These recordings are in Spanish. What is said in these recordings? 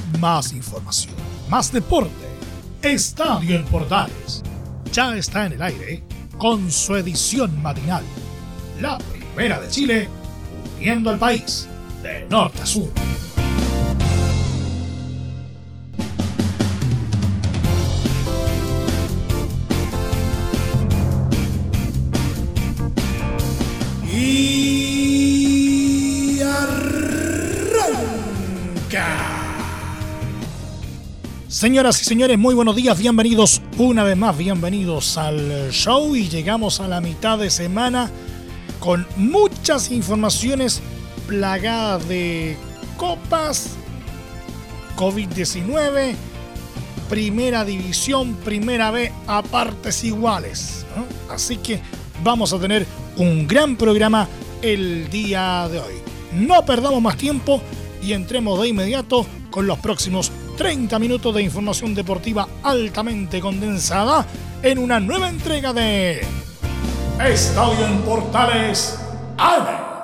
más información, más deporte. Estadio en Portales ya está en el aire con su edición matinal. La primera de Chile, uniendo al país de norte a sur. Y arranca. Señoras y señores, muy buenos días, bienvenidos una vez más, bienvenidos al show y llegamos a la mitad de semana con muchas informaciones plagadas de copas, COVID-19, primera división, primera B a partes iguales, ¿no? Así que vamos a tener un gran programa el día de hoy. No perdamos más tiempo y entremos de inmediato con los próximos 30 minutos de información deportiva altamente condensada en una nueva entrega de Estadio en Portales AM.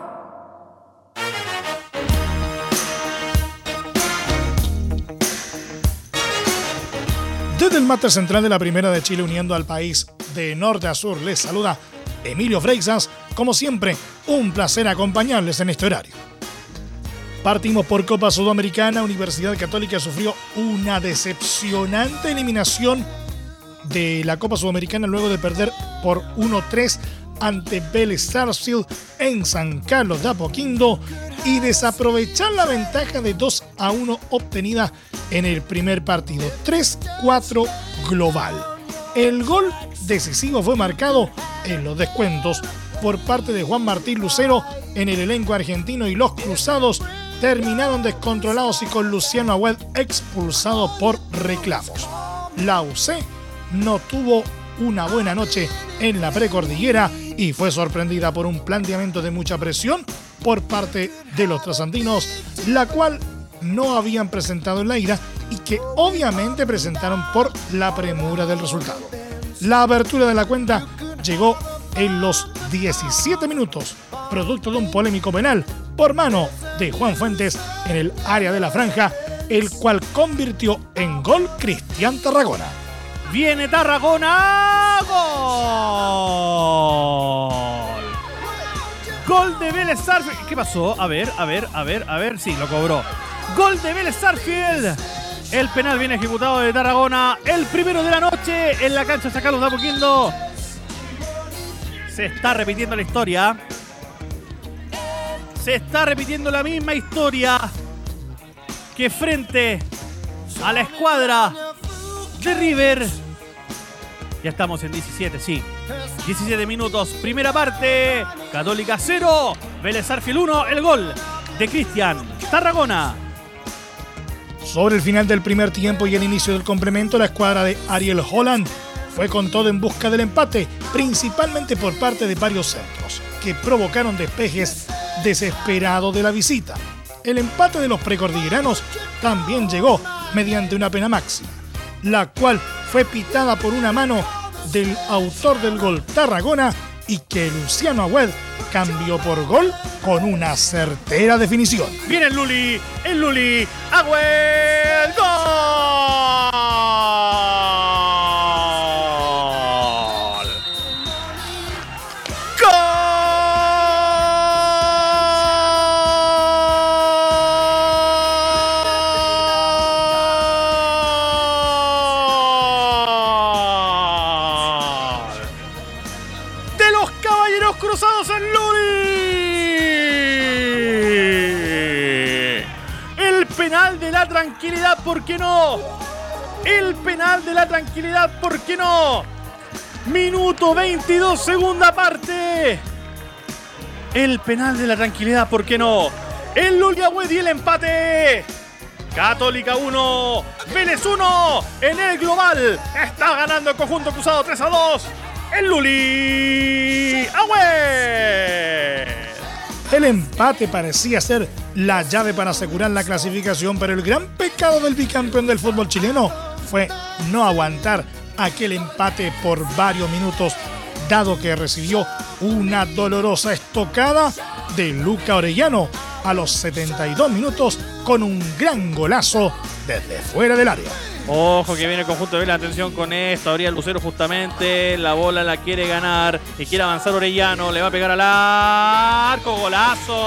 Desde el máster central de la Primera de Chile, uniendo al país de norte a sur, les saluda Emilio Freixas. Como siempre, un placer acompañarles en este horario. Partimos por Copa Sudamericana. Universidad Católica sufrió una decepcionante eliminación de la Copa Sudamericana luego de perder por 1-3 ante Vélez Sarsfield en San Carlos de Apoquindo y desaprovechar la ventaja de 2-1 obtenida en el primer partido. 3-4 global. El gol decisivo fue marcado en los descuentos por parte de Juan Martín Lucero en el elenco argentino, y los cruzados terminaron descontrolados y con Luciano Agüed expulsado por reclamos. La UC no tuvo una buena noche en la precordillera y fue sorprendida por un planteamiento de mucha presión por parte de los trasandinos, la cual no habían presentado en la ida y que obviamente presentaron por la premura del resultado. La apertura de la cuenta llegó en los 17 minutos, producto de un polémico penal por mano de Juan Fuentes en el área de la franja, el cual convirtió en gol Cristian Tarragona. Viene Tarragona, gol de Vélez Sarsfield. ¿Qué pasó? A ver, sí, lo cobró. Gol de Vélez Sarsfield. El penal viene ejecutado de Tarragona, el primero de la noche en la cancha San Carlos de Apoquindo. Se está repitiendo la historia. Se está repitiendo la misma historia que frente a la escuadra de River. Ya estamos en 17, sí. 17 minutos, primera parte. Católica 0, Vélez Sarsfield 1. El gol de Cristian Tarragona. Sobre el final del primer tiempo y el inicio del complemento, la escuadra de Ariel Holland fue con todo en busca del empate, principalmente por parte de varios centros, que provocaron despejes desesperados de la visita. El empate de los precordilleranos también llegó mediante una pena máxima, la cual fue pitada por una mano del autor del gol Tarragona y que Luciano Agüed cambió por gol con una certera definición. Viene el Luli, Agüed, ¡gol! Cruzados en Luli. El penal de la tranquilidad, ¿por qué no? El penal de la tranquilidad, ¿por qué no? Minuto 22, segunda parte. El penal de la tranquilidad, ¿por qué no? El Luli Agüed y el empate. Católica 1, Vélez 1 en el global. Está ganando el conjunto cruzado 3-2. El Luli Agüed. El empate parecía ser la llave para asegurar la clasificación, pero el gran pecado del bicampeón del fútbol chileno fue no aguantar aquel empate por varios minutos, dado que recibió una dolorosa estocada de Luca Orellano a los 72 minutos con un gran golazo desde fuera del área. Ojo que viene el conjunto de Vélez, atención con esto, abría el Lucero justamente, la bola la quiere ganar y quiere avanzar Orellano, le va a pegar al arco, golazo.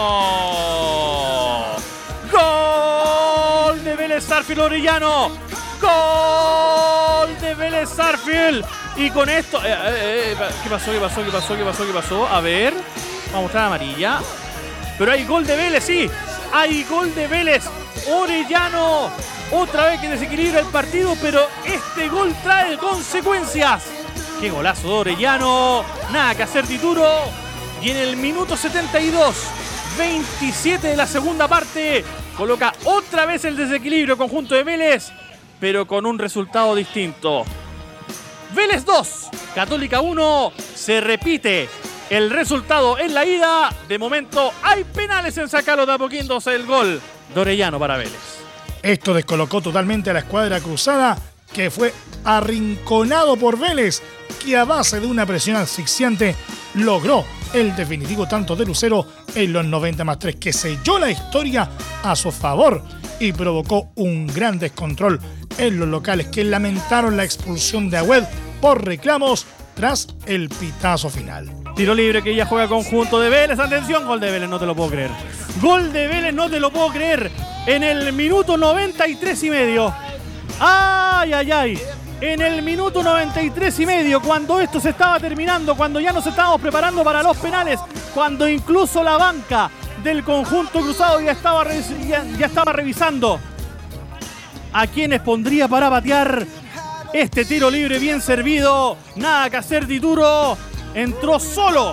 Gol de Vélez Sarsfield Orellano, gol de Vélez Sarsfield. Y con esto, ¿qué pasó? A ver, vamos a mostrar amarilla. Pero hay gol de Vélez, sí, hay gol de Vélez. Orellano, otra vez que desequilibra el partido, pero este gol trae consecuencias. ¡Qué golazo de Orellano! Nada que hacer, Dituro. Y en el minuto 72, 27 de la segunda parte, coloca otra vez el desequilibrio conjunto de Vélez, pero con un resultado distinto. Vélez 2, Católica 1, se repite el resultado en la ida. De momento hay penales en San Carlos de Apoquindo, el gol de Orellano para Vélez. Esto descolocó totalmente a la escuadra cruzada, que fue arrinconado por Vélez, que a base de una presión asfixiante logró el definitivo tanto de Lucero en los 90+3, que selló la historia a su favor y provocó un gran descontrol en los locales, que lamentaron la expulsión de Agüed por reclamos tras el pitazo final. Tiro libre que ya juega conjunto de Vélez. Atención, gol de Vélez, no te lo puedo creer. Gol de Vélez, no te lo puedo creer. En el minuto 93 y medio. ¡Ay, ay, ay! En el minuto 93 y medio, cuando esto se estaba terminando, cuando ya nos estábamos preparando para los penales, cuando incluso la banca del conjunto cruzado ya estaba revisando a quienes pondría para patear este tiro libre bien servido. Nada que hacer, Dituro. Entró solo.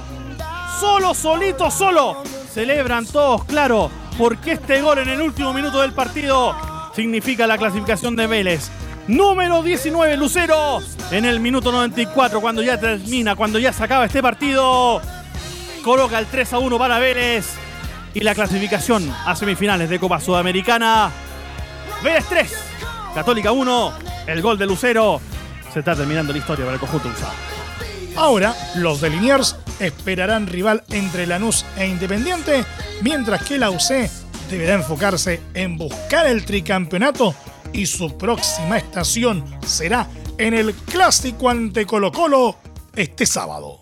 Celebran todos, claro, porque este gol en el último minuto del partido significa la clasificación de Vélez. Número 19, Lucero, en el minuto 94, cuando ya termina, cuando ya se acaba este partido, coloca el 3-1 para Vélez y la clasificación a semifinales de Copa Sudamericana. Vélez 3, Católica 1, el gol de Lucero. Se está terminando la historia para el conjunto cruzado. Ahora, los de Liniers esperarán rival entre Lanús e Independiente, mientras que la UC deberá enfocarse en buscar el tricampeonato y su próxima estación será en el clásico ante Colo-Colo este sábado.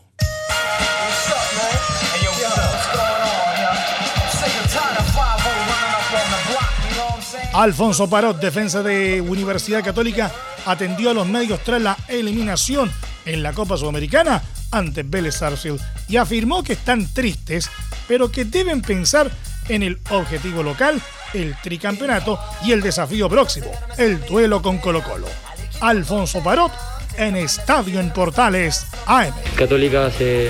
Alfonso Parot, defensa de Universidad Católica, atendió a los medios tras la eliminación en la Copa Sudamericana ante Vélez Sarsfield y afirmó que están tristes, pero que deben pensar en el objetivo local, el tricampeonato y el desafío próximo, el duelo con Colo-Colo. Alfonso Parot en Estadio en Portales AM. Católica hace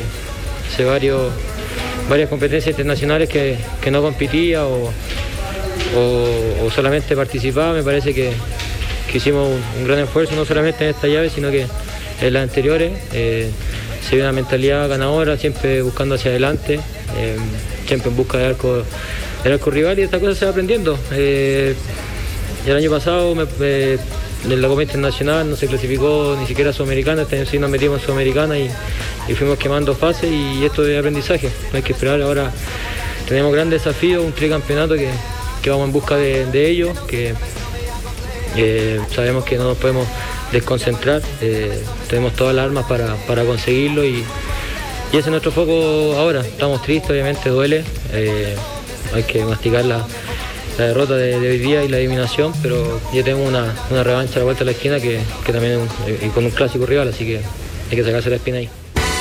varias competencias internacionales que no competía o solamente participaba. Me parece que hicimos un gran esfuerzo, no solamente en esta llave, sino que en las anteriores. Se ve una mentalidad ganadora, siempre buscando hacia adelante, siempre en busca del arco rival, y esta cosa se va aprendiendo. El año pasado en la Copa Internacional no se clasificó ni siquiera a Sudamericana, este año sí nos metimos en Sudamericana y fuimos quemando fases, y esto es aprendizaje, no hay que esperar. Ahora tenemos gran desafío, un tricampeonato que vamos en busca de ello, que sabemos que no nos podemos desconcentrar, tenemos todas las armas para conseguirlo, y ese es nuestro foco ahora. Estamos tristes, obviamente duele, hay que masticar la derrota de hoy día y la eliminación, pero ya tenemos una revancha a la vuelta de la esquina que también y con un clásico rival, así que hay que sacarse la espina ahí.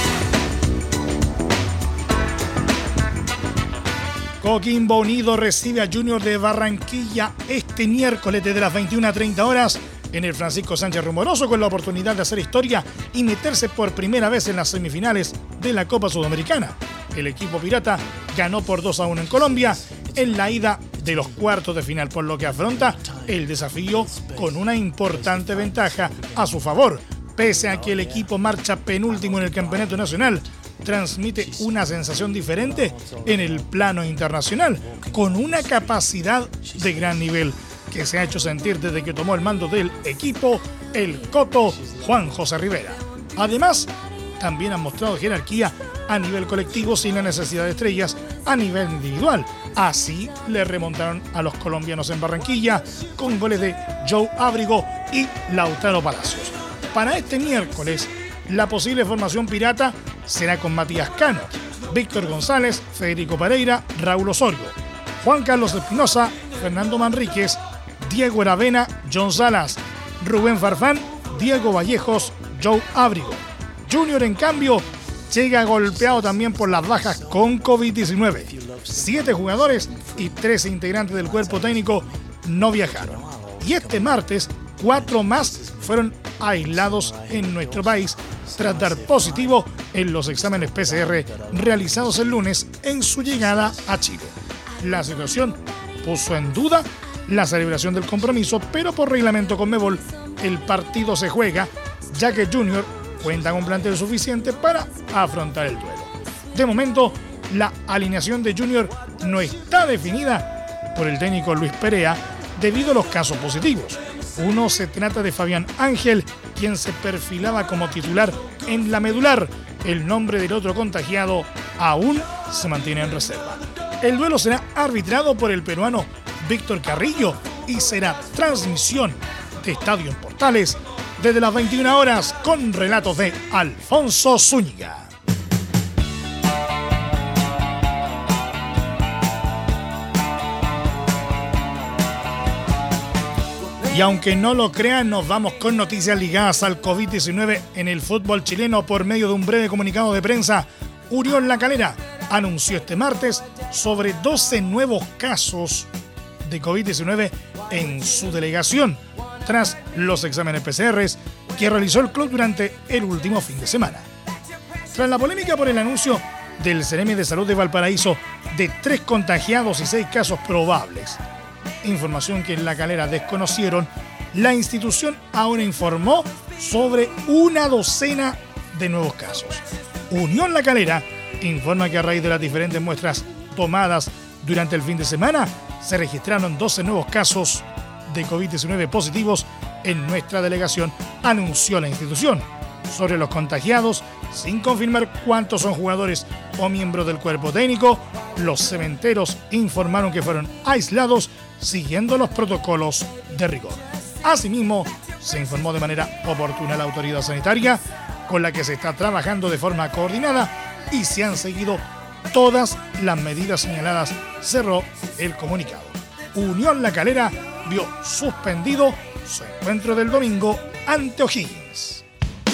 Coquimbo Unido recibe a Junior de Barranquilla este miércoles desde las 21:30 horas en el Francisco Sánchez Rumoroso, con la oportunidad de hacer historia y meterse por primera vez en las semifinales de la Copa Sudamericana. El equipo pirata ganó por 2-1 en Colombia en la ida de los cuartos de final, por lo que afronta el desafío con una importante ventaja a su favor. Pese a que el equipo marcha penúltimo en el campeonato nacional, transmite una sensación diferente en el plano internacional, con una capacidad de gran nivel que se ha hecho sentir desde que tomó el mando del equipo el Coto Juan José Rivera. Además, también han mostrado jerarquía a nivel colectivo sin la necesidad de estrellas a nivel individual, Así le remontaron a los colombianos en Barranquilla con goles de Joe Ábrigo y Lautaro Palacios. Para este miércoles, la posible formación pirata será con Matías Cano, Víctor González, Federico Pereira, Raúl Osorio, Juan Carlos Espinosa, Fernando Manríquez, Diego Aravena, John Salas, Rubén Farfán, Diego Vallejos, Joe Ábrigo. Junior, en cambio, llega golpeado también por las bajas con COVID-19. 7 jugadores y 13 integrantes del cuerpo técnico no viajaron. Y este martes, 4 más fueron aislados en nuestro país tras dar positivo en los exámenes PCR realizados el lunes en su llegada a Chile. La situación puso en duda la celebración del compromiso, pero por reglamento Conmebol el partido se juega, ya que Junior cuenta con plantel suficiente para afrontar el duelo. De momento, la alineación de Junior no está definida por el técnico Luis Perea debido a los casos positivos. Uno se trata de Fabián Ángel, quien se perfilaba como titular en la medular. El nombre del otro contagiado aún se mantiene en reserva. El duelo será arbitrado por el peruano Víctor Carrillo y será transmisión de Estadio en Portales desde las 21 horas con relatos de Alfonso Zúñiga. Y aunque no lo crean, nos vamos con noticias ligadas al COVID-19 en el fútbol chileno por medio de un breve comunicado de prensa. Unión La Calera anunció este martes sobre 12 nuevos casos de COVID-19 en su delegación, tras los exámenes PCR que realizó el club durante el último fin de semana. Tras la polémica por el anuncio del Ceremi de Salud de Valparaíso de 3 contagiados y 6 casos probables, información que en La Calera desconocieron, la institución ahora informó sobre una docena de nuevos casos. Unión La Calera informa que a raíz de las diferentes muestras tomadas durante el fin de semana, se registraron 12 nuevos casos de COVID-19 positivos en nuestra delegación, anunció la institución. Sobre los contagiados, sin confirmar cuántos son jugadores o miembros del cuerpo técnico, los cementeros informaron que fueron aislados siguiendo los protocolos de rigor. Asimismo, se informó de manera oportuna a la autoridad sanitaria, con la que se está trabajando de forma coordinada y se han seguido todas las medidas señaladas, cerró el comunicado. Unión La Calera vio suspendido su encuentro del domingo ante O'Higgins.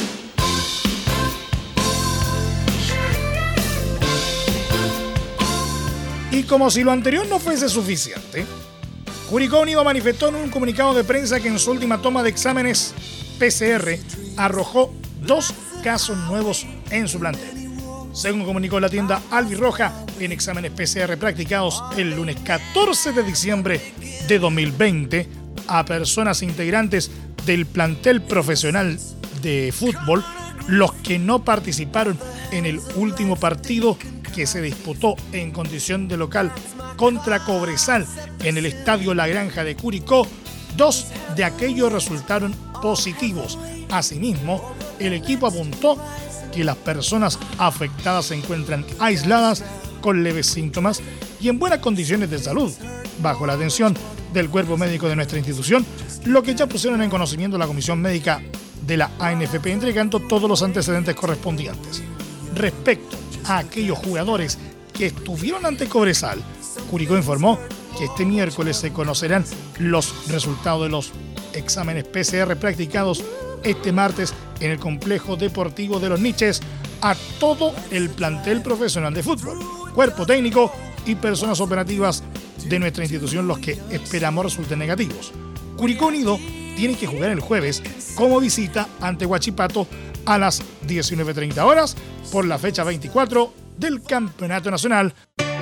Y como si lo anterior no fuese suficiente, Curicó Unido manifestó en un comunicado de prensa que en su última toma de exámenes PCR arrojó 2 casos nuevos en su plantel. Según comunicó la tienda albirroja, en exámenes PCR practicados el lunes 14 de diciembre de 2020 a personas integrantes del plantel profesional de fútbol, los que no participaron en el último partido que se disputó en condición de local contra Cobresal en el estadio La Granja de Curicó, 2 de aquellos resultaron positivos. Asimismo, el equipo apuntó que las personas afectadas se encuentran aisladas con leves síntomas y en buenas condiciones de salud, bajo la atención del cuerpo médico de nuestra institución, lo que ya pusieron en conocimiento la Comisión Médica de la ANFP, entregando todos los antecedentes correspondientes. Respecto a aquellos jugadores que estuvieron ante Cobresal, Curicó informó que este miércoles se conocerán los resultados de los exámenes PCR practicados este martes en el complejo deportivo de Los Niches a todo el plantel profesional de fútbol, cuerpo técnico y personas operativas de nuestra institución, los que esperamos resulten negativos. Curicó Unido tiene que jugar el jueves como visita ante Huachipato a las 19:30 horas por la fecha 24 del Campeonato Nacional.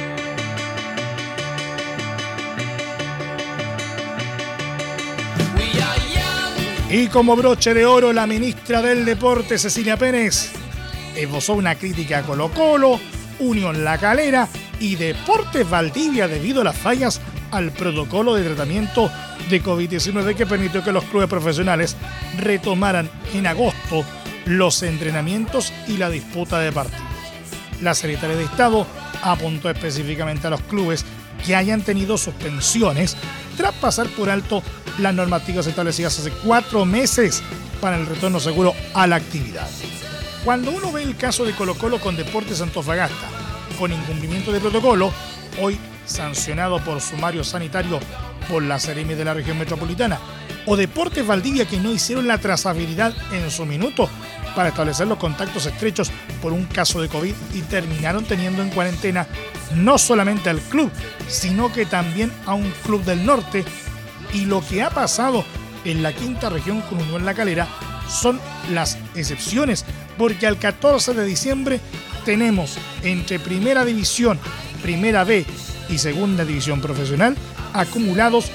Y como broche de oro, la ministra del Deporte, Cecilia Pérez, esbozó una crítica a Colo-Colo, Unión La Calera y Deportes Valdivia debido a las fallas al protocolo de tratamiento de COVID-19 que permitió que los clubes profesionales retomaran en agosto los entrenamientos y la disputa de partidos. La secretaria de Estado apuntó específicamente a los clubes que hayan tenido suspensiones tras pasar por alto las normativas establecidas hace 4 meses para el retorno seguro a la actividad. Cuando uno ve el caso de Colo-Colo con Deportes Antofagasta, con incumplimiento de protocolo, hoy sancionado por sumario sanitario por la Seremi de la región metropolitana, o Deportes Valdivia, que no hicieron la trazabilidad en su minuto para establecer los contactos estrechos por un caso de COVID y terminaron teniendo en cuarentena no solamente al club, sino que también a un club del norte. Y lo que ha pasado en la quinta región con Unión La Calera son las excepciones, porque al 14 de diciembre tenemos entre Primera División, Primera B y Segunda División Profesional acumulados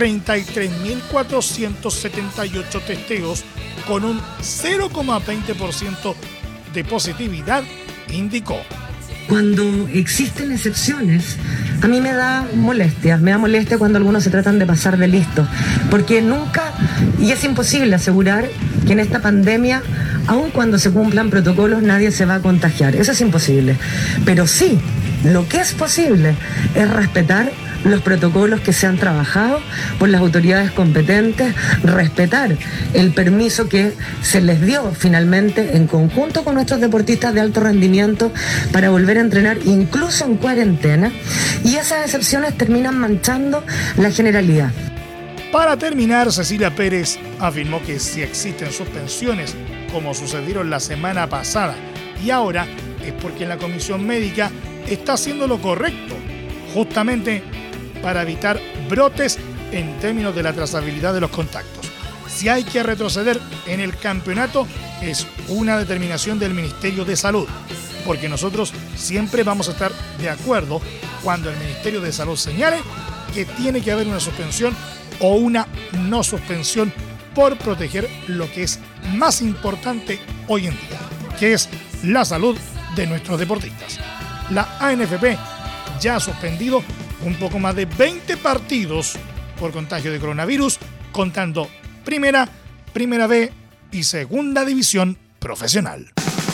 33.478 testeos con un 0,20% de positividad, indicó. Cuando existen excepciones, a mí me da molestia cuando algunos se tratan de pasar de listo, porque nunca, y es imposible asegurar que en esta pandemia, aun cuando se cumplan protocolos, nadie se va a contagiar. Eso es imposible. Pero sí, lo que es posible es respetar los protocolos que se han trabajado por las autoridades competentes, respetar el permiso que se les dio finalmente en conjunto con nuestros deportistas de alto rendimiento para volver a entrenar incluso en cuarentena, y esas excepciones terminan manchando la generalidad. Para terminar, Cecilia Pérez afirmó que si existen suspensiones, como sucedieron la semana pasada y ahora, es porque la comisión médica está haciendo lo correcto, justamente para evitar brotes en términos de la trazabilidad de los contactos. Si hay que retroceder en el campeonato, es una determinación del Ministerio de Salud, porque nosotros siempre vamos a estar de acuerdo cuando el Ministerio de Salud señale que tiene que haber una suspensión o una no suspensión por proteger lo que es más importante hoy en día, que es la salud de nuestros deportistas. La ANFP ya ha suspendido un poco más de 20 partidos por contagio de coronavirus, contando Primera, Primera B y Segunda División Profesional.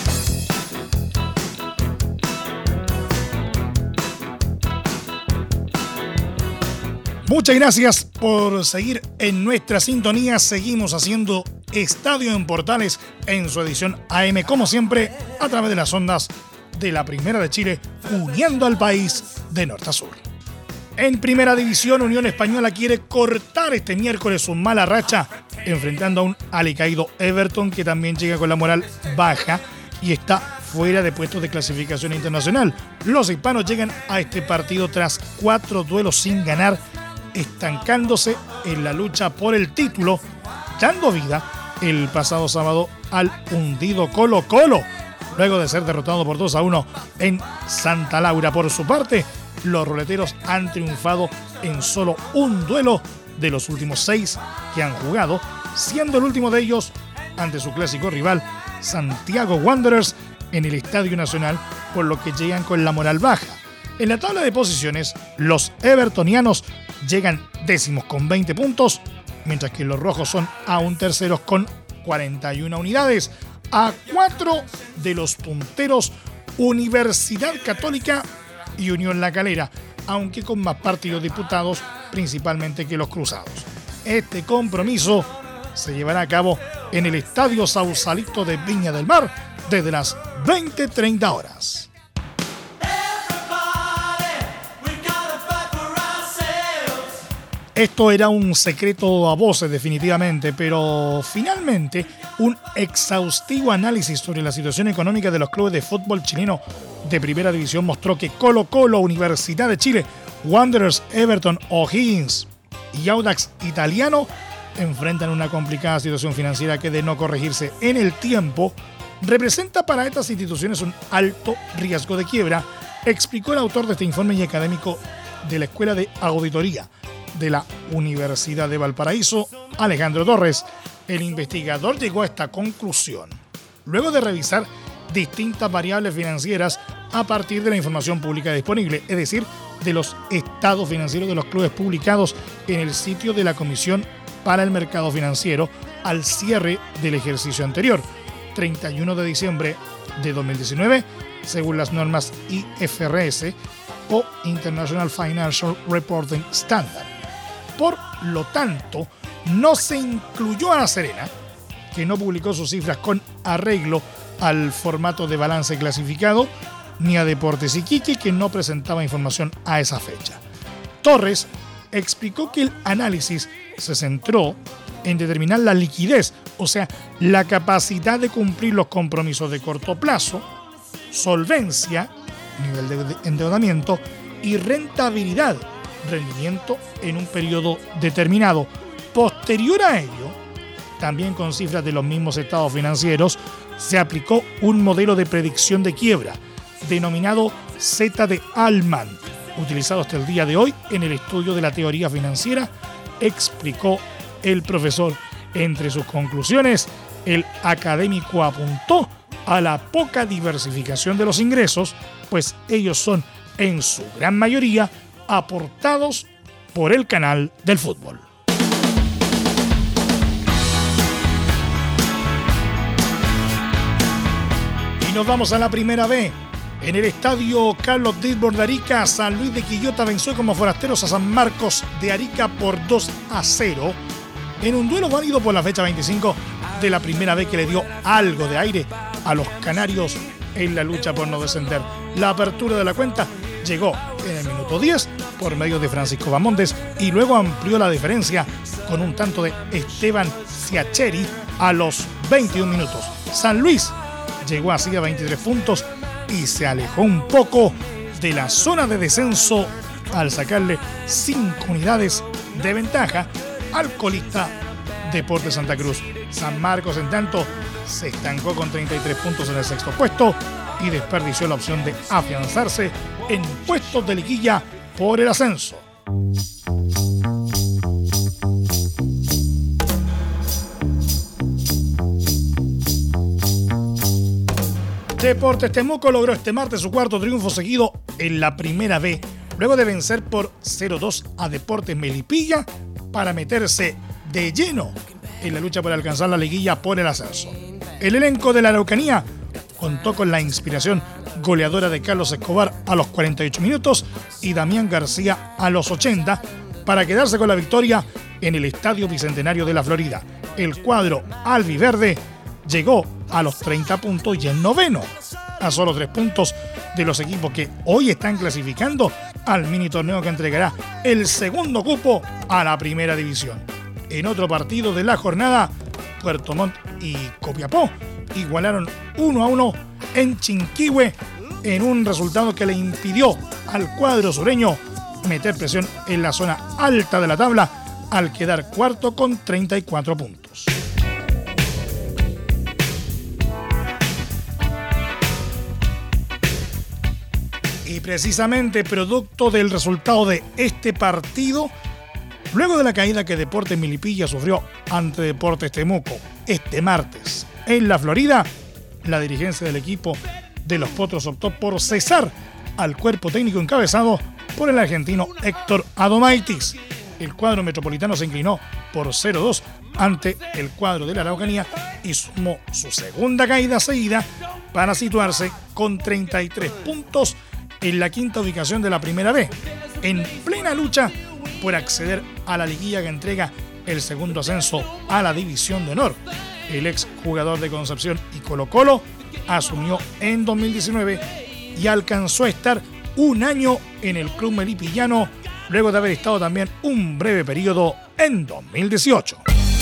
Muchas gracias por seguir en nuestra sintonía. Seguimos haciendo Estadio en Portales en su edición AM, como siempre, a través de las ondas de la Primera de Chile, uniendo al país de norte a sur. En Primera División, Unión Española quiere cortar este miércoles su mala racha, enfrentando a un alicaído Everton que también llega con la moral baja y está fuera de puestos de clasificación internacional. Los hispanos llegan a este partido tras 4 duelos sin ganar, estancándose en la lucha por el título, dando vida el pasado sábado al hundido Colo-Colo, luego de ser derrotado por 2-1 en Santa Laura. Por su parte, los ruleteros han triunfado en solo un duelo de los últimos 6 que han jugado, siendo el último de ellos ante su clásico rival Santiago Wanderers en el Estadio Nacional, por lo que llegan con la moral baja. En la tabla de posiciones, los evertonianos llegan décimos con 20 puntos, mientras que los rojos son aún terceros con 41 unidades, a 4 de los punteros Universidad Católica y Unión La Calera, aunque con más partidos disputados principalmente que los cruzados. Este compromiso se llevará a cabo en el Estadio Sausalito de Viña del Mar desde las 20:30 horas. Esto era un secreto a voces definitivamente, pero finalmente un exhaustivo análisis sobre la situación económica de los clubes de fútbol chileno de Primera División mostró que Colo-Colo, Universidad de Chile, Wanderers, Everton, O'Higgins y Audax Italiano enfrentan una complicada situación financiera que, de no corregirse en el tiempo, representa para estas instituciones un alto riesgo de quiebra, explicó el autor de este informe y académico de la Escuela de Auditoría de la Universidad de Valparaíso, Alejandro Torres. El investigador llegó a esta conclusión luego de revisar distintas variables financieras a partir de la información pública disponible, es decir, de los estados financieros de los clubes publicados en el sitio de la Comisión para el Mercado Financiero al cierre del ejercicio anterior, 31 de diciembre de 2019, según las normas IFRS o International Financial Reporting Standard. Por lo tanto, no se incluyó a La Serena, que no publicó sus cifras con arreglo al formato de balance clasificado, ni a Deportes Iquique, que no presentaba información a esa fecha. Torres explicó que el análisis se centró en determinar la liquidez, o sea, la capacidad de cumplir los compromisos de corto plazo, solvencia, nivel de endeudamiento y rentabilidad, rendimiento en un periodo determinado. Posterior a ello, también con cifras de los mismos estados financieros, se aplicó un modelo de predicción de quiebra, denominado Z de Allman, utilizado hasta el día de hoy en el estudio de la teoría financiera, explicó el profesor. Entre sus conclusiones, el académico apuntó a la poca diversificación de los ingresos, pues ellos son, en su gran mayoría, aportados por el canal del fútbol. Y nos vamos a la primera B. En el estadio Carlos Ditborg de Arica, San Luis de Quillota venció como forasteros a San Marcos de Arica por 2-0 en un duelo válido por la fecha 25 de la primera B, que le dio algo de aire a los canarios en la lucha por no descender. La apertura de la cuenta llegó en el minuto 10 por medio de Francisco Bamondes y luego amplió la diferencia con un tanto de Esteban Ciacheri a los 21 minutos. San Luis llegó así a 23 puntos y se alejó un poco de la zona de descenso al sacarle 5 unidades de ventaja al colista Deportes Santa Cruz. San Marcos, en tanto, se estancó con 33 puntos en el sexto puesto y desperdició la opción de afianzarse en puestos de liguilla por el ascenso. Deportes Temuco logró este martes su cuarto triunfo seguido en la primera B, luego de vencer por 0-2 a Deportes Melipilla para meterse de lleno en la lucha por alcanzar la liguilla por el ascenso. El elenco de la Araucanía contó con la inspiración goleadora de Carlos Escobar a los 48 minutos y Damián García a los 80 para quedarse con la victoria en el Estadio Bicentenario de la Florida. El cuadro albiverde llegó a los 30 puntos y el noveno, a solo 3 puntos de los equipos que hoy están clasificando al mini torneo que entregará el segundo cupo a la primera división. En otro partido de la jornada, Puerto Montt y Copiapó igualaron 1-1 en Chinquihue en un resultado que le impidió al cuadro sureño meter presión en la zona alta de la tabla al quedar cuarto con 34 puntos. Y precisamente producto del resultado de este partido, luego de la caída que Deportes Melipilla sufrió ante Deportes Temuco este martes en la Florida, la dirigencia del equipo de los Potros optó por cesar al cuerpo técnico encabezado por el argentino Héctor Adomaitis. El cuadro metropolitano se inclinó por 0-2 ante el cuadro de la Araucanía y sumó su segunda caída seguida para situarse con 33 puntos en la quinta ubicación de la primera B, en plena lucha por acceder a la liguilla que entrega el segundo ascenso a la División de Honor. El ex jugador de Concepción y Colo-Colo asumió en 2019 y alcanzó a estar un año en el club melipillano, luego de haber estado también un breve periodo en 2018.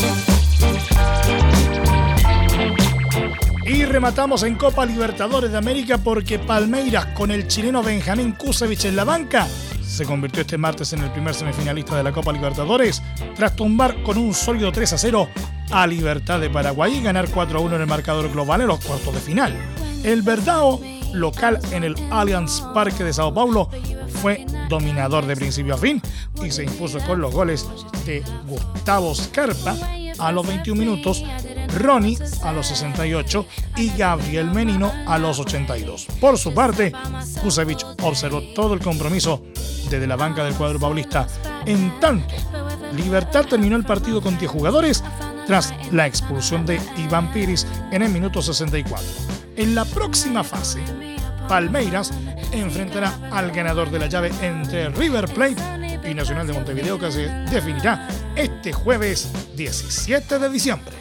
Y rematamos en Copa Libertadores de América porque Palmeiras, con el chileno Benjamín Kusevich en la banca, se convirtió este martes en el primer semifinalista de la Copa Libertadores tras tumbar con un sólido 3-0 a Libertad de Paraguay y ganar 4-1 en el marcador global en los cuartos de final. El Verdao, local en el Allianz Parque de Sao Paulo, fue dominador de principio a fin y se impuso con los goles de Gustavo Scarpa a los 21 minutos, Ronnie a los 68 y Gabriel Menino a los 82. Por su parte, Kusevich observó todo el compromiso desde la banca del cuadro paulista. En tanto, Libertad terminó el partido con 10 jugadores tras la expulsión de Iván Piris en el minuto 64. En la próxima fase, Palmeiras enfrentará al ganador de la llave entre River Plate y Nacional de Montevideo, que se definirá este jueves 17 de diciembre.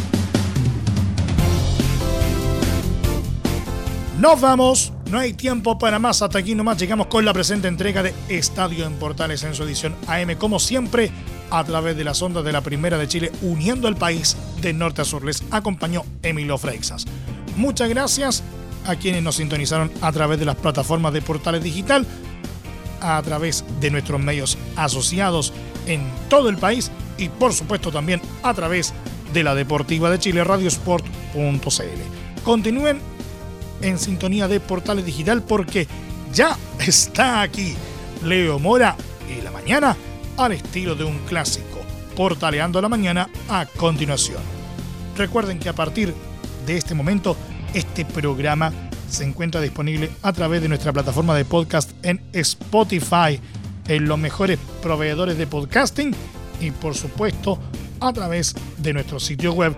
Nos vamos, no hay tiempo para más, hasta aquí nomás llegamos con la presente entrega de Estadio en Portales en su edición AM, como siempre, a través de las ondas de la Primera de Chile, uniendo al país de norte a sur. Les acompañó Emilio Freixas. Muchas gracias a quienes nos sintonizaron a través de las plataformas de Portales Digital, a través de nuestros medios asociados en todo el país y por supuesto también a través de la Deportiva de Chile, radiosport.cl. Continúen en sintonía de Portales Digital porque ya está aquí Leo Mora y la mañana al estilo de un clásico, portaleando la mañana a continuación. Recuerden que a partir de este momento este programa se encuentra disponible a través de nuestra plataforma de podcast en Spotify, en los mejores proveedores de podcasting y por supuesto a través de nuestro sitio web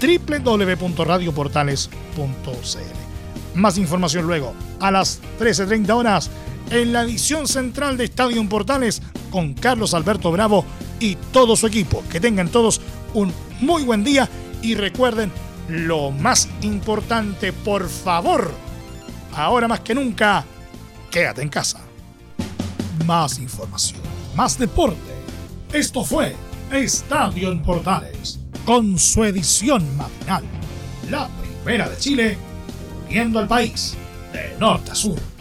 www.radioportales.cl. Más información luego, a las 13:30 horas, en la edición central de Estadio en Portales, con Carlos Alberto Bravo y todo su equipo. Que tengan todos un muy buen día y recuerden, lo más importante, por favor, ahora más que nunca, quédate en casa. Más información, más deporte. Esto fue Estadio en Portales, con su edición matinal. La Primera de Chile, uniendo al país de norte a sur.